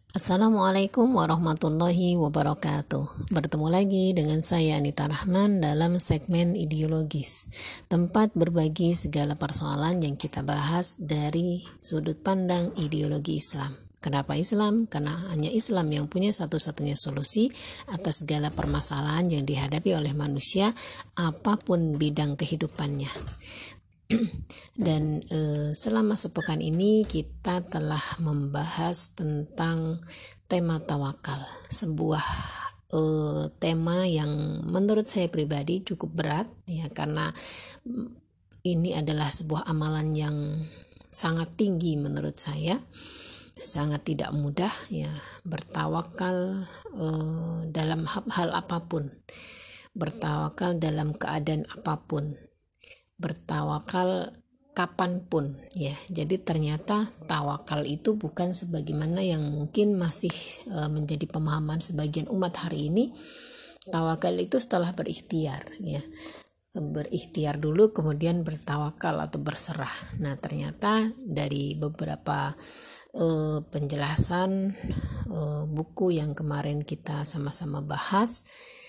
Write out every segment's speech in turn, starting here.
Assalamualaikum warahmatullahi wabarakatuh. Bertemu lagi dengan saya Anita Rahman dalam segmen ideologis, tempat berbagi segala persoalan yang kita bahas dari sudut pandang ideologi Islam. Kenapa Islam? Karena hanya Islam yang punya satu-satunya solusi atas segala permasalahan yang dihadapi oleh manusia, apapun bidang kehidupannya. Dan selama sepekan ini kita telah membahas tentang tema tawakal, sebuah tema yang menurut saya pribadi cukup berat ya, karena ini adalah sebuah amalan yang sangat tinggi menurut saya, sangat tidak mudah ya, bertawakal dalam hal apapun, bertawakal dalam keadaan apapun, bertawakal kapanpun ya. Jadi ternyata tawakal itu bukan sebagaimana yang mungkin masih menjadi pemahaman sebagian umat hari ini. Tawakal itu setelah berikhtiar ya, berikhtiar dulu kemudian bertawakal atau berserah. Nah ternyata dari beberapa penjelasan buku yang kemarin kita sama-sama bahas,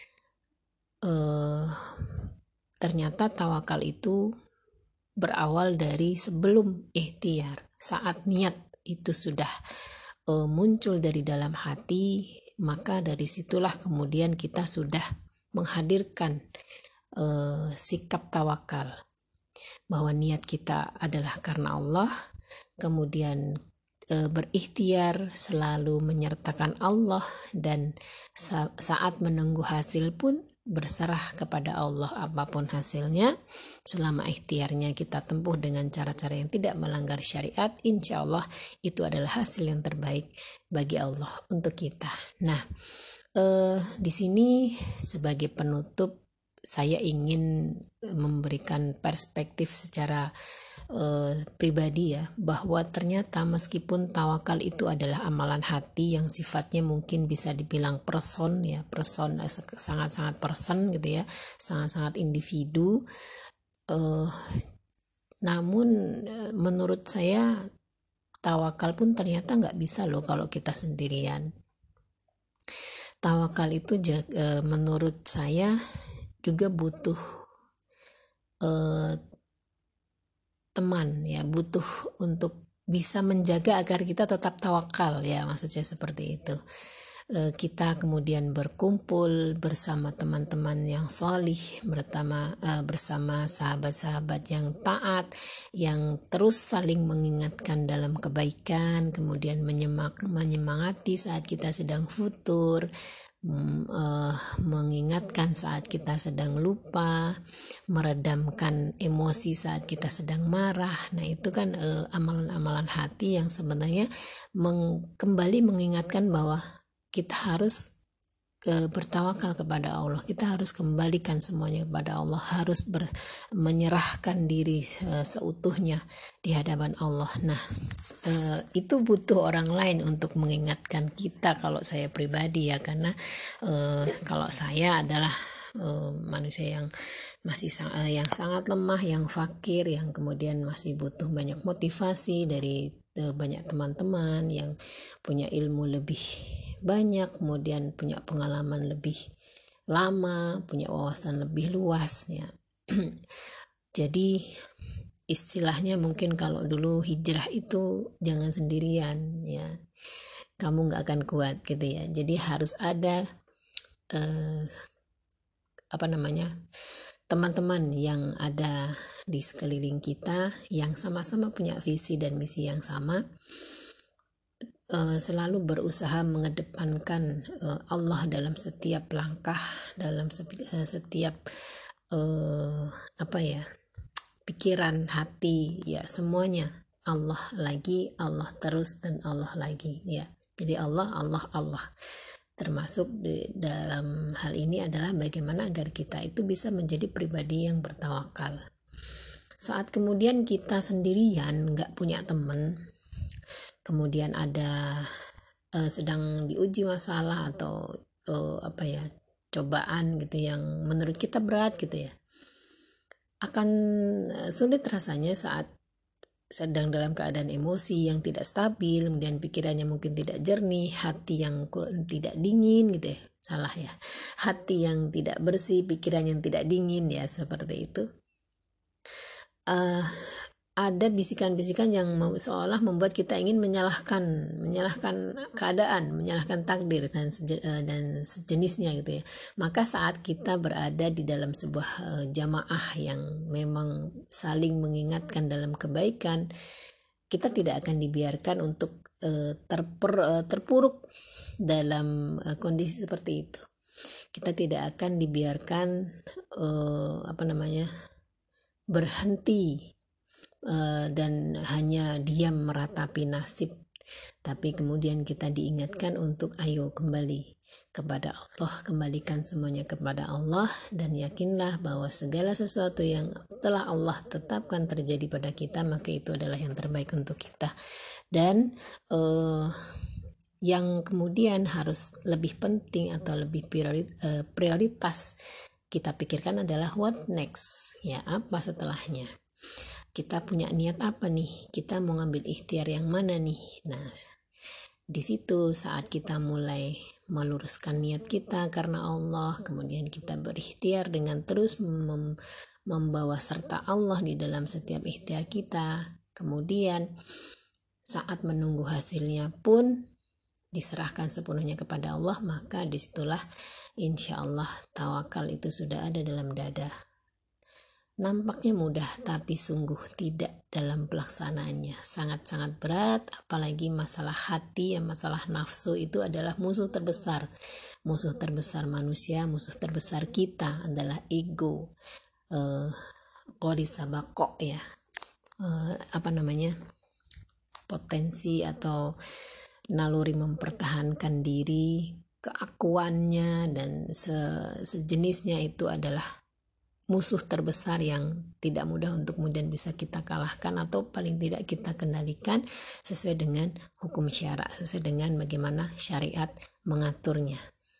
ternyata tawakal itu berawal dari sebelum ikhtiar, saat niat itu sudah muncul dari dalam hati, maka dari situlah kemudian kita sudah menghadirkan sikap tawakal, bahwa niat kita adalah karena Allah, kemudian berikhtiar selalu menyertakan Allah, dan saat menunggu hasil pun berserah kepada Allah apapun hasilnya. Selama ikhtiarnya kita tempuh dengan cara-cara yang tidak melanggar syariat, insya Allah itu adalah hasil yang terbaik bagi Allah untuk kita. Nah, di sini sebagai penutup saya ingin memberikan perspektif secara pribadi ya, bahwa ternyata meskipun tawakal itu adalah amalan hati yang sifatnya mungkin bisa dibilang person ya, sangat-sangat person gitu ya, sangat-sangat individu, namun menurut saya tawakal pun ternyata nggak bisa loh kalau kita sendirian. Tawakal itu menurut saya juga butuh teman ya, butuh untuk bisa menjaga agar kita tetap tawakal ya, maksudnya seperti itu. Kita kemudian berkumpul bersama teman-teman yang sholih, bersama sahabat-sahabat yang taat, yang terus saling mengingatkan dalam kebaikan, kemudian menyemangati saat kita sedang futur, mengingatkan saat kita sedang lupa, meredamkan emosi saat kita sedang marah. Nah itu kan amalan-amalan hati yang sebenarnya kembali mengingatkan bahwa kita harus bertawakal kepada Allah, kita harus kembalikan semuanya kepada Allah, harus menyerahkan diri seutuhnya di hadapan Allah. Nah itu butuh orang lain untuk mengingatkan kita, kalau saya pribadi ya, karena kalau saya adalah manusia yang masih yang sangat lemah, yang fakir, yang kemudian masih butuh banyak motivasi dari banyak teman-teman yang punya ilmu lebih banyak, kemudian punya pengalaman lebih lama, punya wawasan lebih luas ya. Jadi istilahnya mungkin kalau dulu hijrah itu jangan sendirian ya, kamu nggak akan kuat gitu ya. Jadi harus ada teman-teman yang ada di sekeliling kita yang sama-sama punya visi dan misi yang sama, selalu berusaha mengedepankan Allah dalam setiap langkah, dalam setiap pikiran, hati ya, semuanya Allah lagi, Allah terus, dan Allah lagi ya. Jadi Allah, Allah, Allah. Termasuk di dalam hal ini adalah bagaimana agar kita itu bisa menjadi pribadi yang bertawakal. Saat kemudian kita sendirian, nggak punya teman, kemudian ada sedang diuji masalah atau cobaan gitu yang menurut kita berat gitu ya, akan sulit rasanya saat sedang dalam keadaan emosi yang tidak stabil, kemudian pikirannya mungkin tidak jernih, hati yang tidak dingin gitu ya, salah ya, hati yang tidak bersih, pikiran yang tidak dingin ya, seperti itu. Ada bisikan-bisikan yang seolah membuat kita ingin menyalahkan keadaan, menyalahkan takdir dan sejenisnya gitu ya. Maka saat kita berada di dalam sebuah jamaah yang memang saling mengingatkan dalam kebaikan, kita tidak akan dibiarkan untuk terpuruk dalam kondisi seperti itu. Kita tidak akan dibiarkan berhenti dan hanya diam meratapi nasib, tapi kemudian kita diingatkan untuk ayo kembali kepada Allah, kembalikan semuanya kepada Allah, dan yakinlah bahwa segala sesuatu yang telah Allah tetapkan terjadi pada kita, maka itu adalah yang terbaik untuk kita. Dan yang kemudian harus lebih penting atau lebih prioritas kita pikirkan adalah what next, ya, apa setelahnya. Kita punya niat apa nih? Kita mau ngambil ikhtiar yang mana nih? Nah, di situ saat kita mulai meluruskan niat kita karena Allah, kemudian kita berikhtiar dengan terus membawa serta Allah di dalam setiap ikhtiar kita. Kemudian saat menunggu hasilnya pun diserahkan sepenuhnya kepada Allah, maka disitulah insya Allah tawakal itu sudah ada dalam dada. Nampaknya mudah, tapi sungguh tidak dalam pelaksanaannya. Sangat-sangat berat, apalagi masalah hati, masalah nafsu itu adalah musuh terbesar. Musuh terbesar manusia, musuh terbesar kita adalah ego. Qorisabako ya. Potensi atau naluri mempertahankan diri, keakuannya dan sejenisnya itu adalah musuh terbesar yang tidak mudah untuk kemudian bisa kita kalahkan, atau paling tidak kita kendalikan sesuai dengan hukum syara, sesuai dengan bagaimana syariat mengaturnya.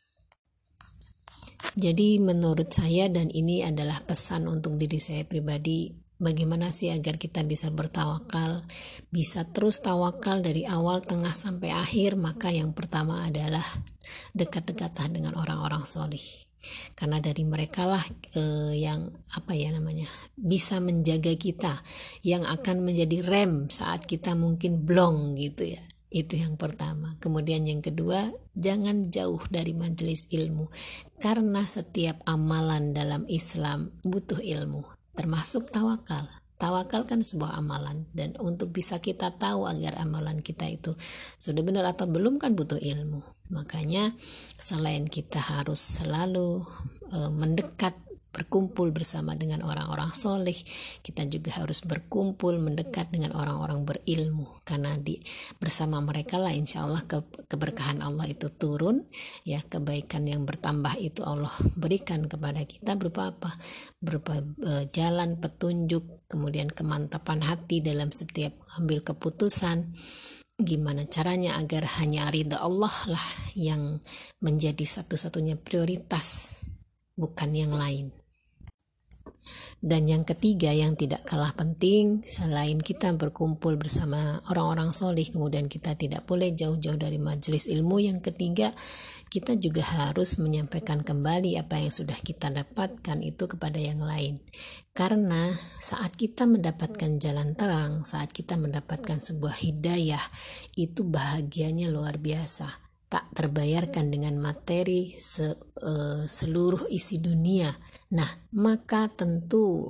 Jadi menurut saya, dan ini adalah pesan untuk diri saya pribadi, bagaimana sih agar kita bisa bertawakal, bisa terus tawakal dari awal, tengah sampai akhir? Maka yang pertama adalah dekat-dekatlah dengan orang-orang solih. Karena dari mereka lah yang bisa menjaga kita, yang akan menjadi rem saat kita mungkin blong gitu ya. Itu yang pertama. Kemudian yang kedua, jangan jauh dari majelis ilmu, karena setiap amalan dalam Islam butuh ilmu, termasuk tawakal. Tawakal kan sebuah amalan, dan untuk bisa kita tahu agar amalan kita itu sudah benar atau belum kan butuh ilmu. Makanya selain kita harus selalu mendekat, berkumpul bersama dengan orang-orang soleh, kita juga harus berkumpul mendekat dengan orang-orang berilmu, karena bersama mereka lah insya Allah keberkahan Allah itu turun ya, kebaikan yang bertambah itu Allah berikan kepada kita berupa apa? Berupa jalan petunjuk, kemudian kemantapan hati dalam setiap ambil keputusan. Gimana caranya agar hanya ridha Allah lah yang menjadi satu-satunya prioritas, bukan yang lain. Dan yang ketiga yang tidak kalah penting, selain kita berkumpul bersama orang-orang soleh, kemudian kita tidak boleh jauh-jauh dari majelis ilmu. Yang ketiga, kita juga harus menyampaikan kembali apa yang sudah kita dapatkan itu kepada yang lain. Karena saat kita mendapatkan jalan terang, saat kita mendapatkan sebuah hidayah, itu bahagianya luar biasa, tak terbayarkan dengan materi seluruh isi dunia. Nah, maka tentu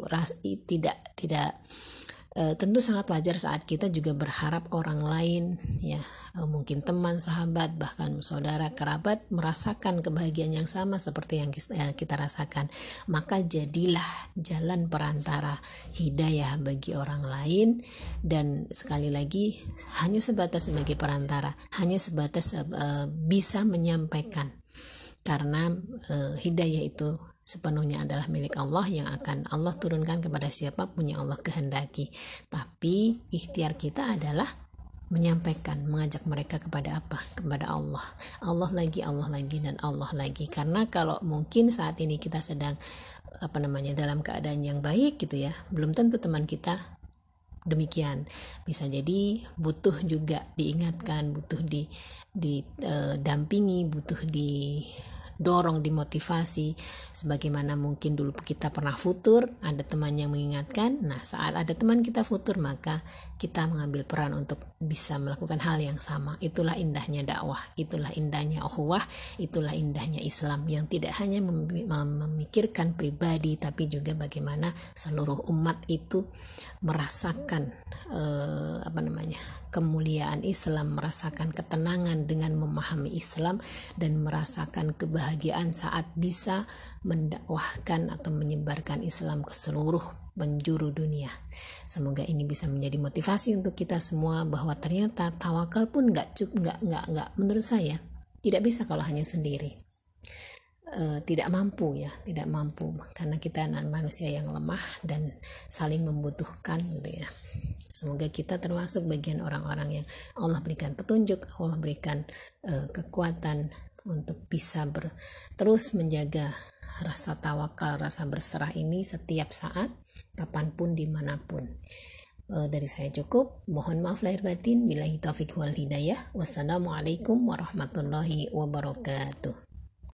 tentu sangat wajar saat kita juga berharap orang lain ya, mungkin teman, sahabat, bahkan saudara, kerabat merasakan kebahagiaan yang sama seperti yang kita rasakan. Maka jadilah jalan perantara hidayah bagi orang lain, dan sekali lagi hanya sebatas sebagai perantara, hanya sebatas bisa menyampaikan, karena hidayah itu sepenuhnya adalah milik Allah, yang akan Allah turunkan kepada siapapun yang Allah kehendaki. Tapi ikhtiar kita adalah menyampaikan, mengajak mereka kepada apa? Kepada Allah. Allah lagi, dan Allah lagi. Karena kalau mungkin saat ini kita sedang dalam keadaan yang baik gitu ya, belum tentu teman kita demikian. Bisa jadi butuh juga diingatkan, butuh didampingi, butuh didorong, dimotivasi. Sebagaimana mungkin dulu kita pernah futur, ada teman yang mengingatkan. Nah, saat ada teman kita futur, maka kita mengambil peran untuk bisa melakukan hal yang sama. Itulah indahnya dakwah, itulah indahnya ukhuwah, itulah indahnya Islam yang tidak hanya memikirkan pribadi, tapi juga bagaimana seluruh umat itu merasakan kemuliaan Islam, merasakan ketenangan dengan memahami Islam, dan merasakan kebahagiaan saat bisa mendakwahkan atau menyebarkan Islam ke seluruh penjuru dunia. Semoga ini bisa menjadi motivasi untuk kita semua bahwa ternyata tawakal pun nggak menurut saya tidak bisa kalau hanya sendiri. Tidak mampu karena kita manusia yang lemah dan saling membutuhkan gitu ya. Semoga kita termasuk bagian orang-orang yang Allah berikan petunjuk, Allah berikan kekuatan untuk bisa terus menjaga rasa tawakal, rasa berserah ini setiap saat, kapanpun, dimanapun. Dari saya cukup, mohon maaf lahir batin, billahi taufiq wal hidayah. Wassalamualaikum warahmatullahi wabarakatuh.